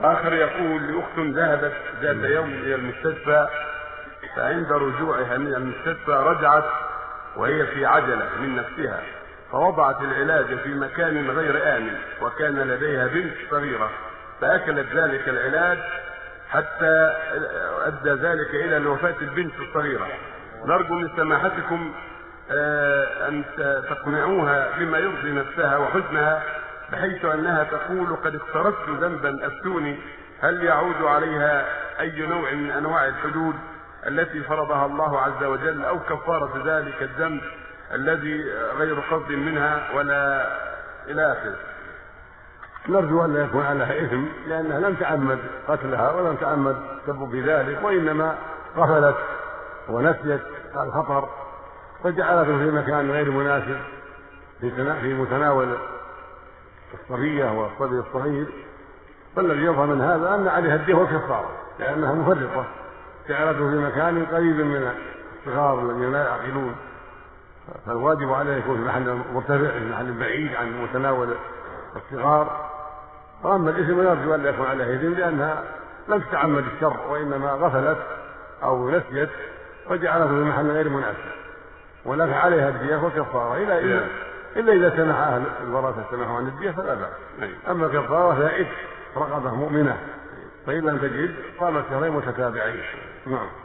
آخر يقول لأخت ذهبت ذات يوم إلى المستشفى، فعند رجوعها من المستشفى رجعت وهي في عجلة من نفسها، فوضعت العلاج في مكان غير آمن، وكان لديها بنت صغيرة، فأكلت ذلك العلاج حتى أدى ذلك إلى وفاة البنت الصغيرة. نرجو من سماحتكم أن تقنعوها بما يرضي نفسها وحزنها، بحيث أنها تقول قد اقترفت ذنبا أفتوني، هل يعود عليها أي نوع من أنواع الحدود التي فرضها الله عز وجل، أو كفارة ذلك الذنب الذي غير قصد منها ولا إلى آخره؟ نرجو أن لا يكون عليها إثم، لأنها لم تعمد قتلها ولم تعمد تسبب في ذلك، وإنما غفلت ونسيت الخطر فجعلته في مكان غير مناسب في متناول الصبية والصبي الصغير. فالذي يظهر من هذا أن عليها الدية والكفارة، لأنها مفرطة، جعلته في مكان قريب من الصغار الذين لا يعقلون، فالواجب عليه يكون في محل مرتفع، في محل بعيد عن متناول الصغار. واما الاسم يرجو ان لا يكون عليه اثم، لانها لم تتعمد الشر، وانما غفلت او نسيت فجعلته في محل غير مناسب، ولكن عليها الدية والكفارة الا اذا سمح اهل الورثة سمحوا عن الدية فلا باس. اما الكفارة فإثم رقبة مؤمنة، فإن لم تجد قام شهرين متتابعين. نعم.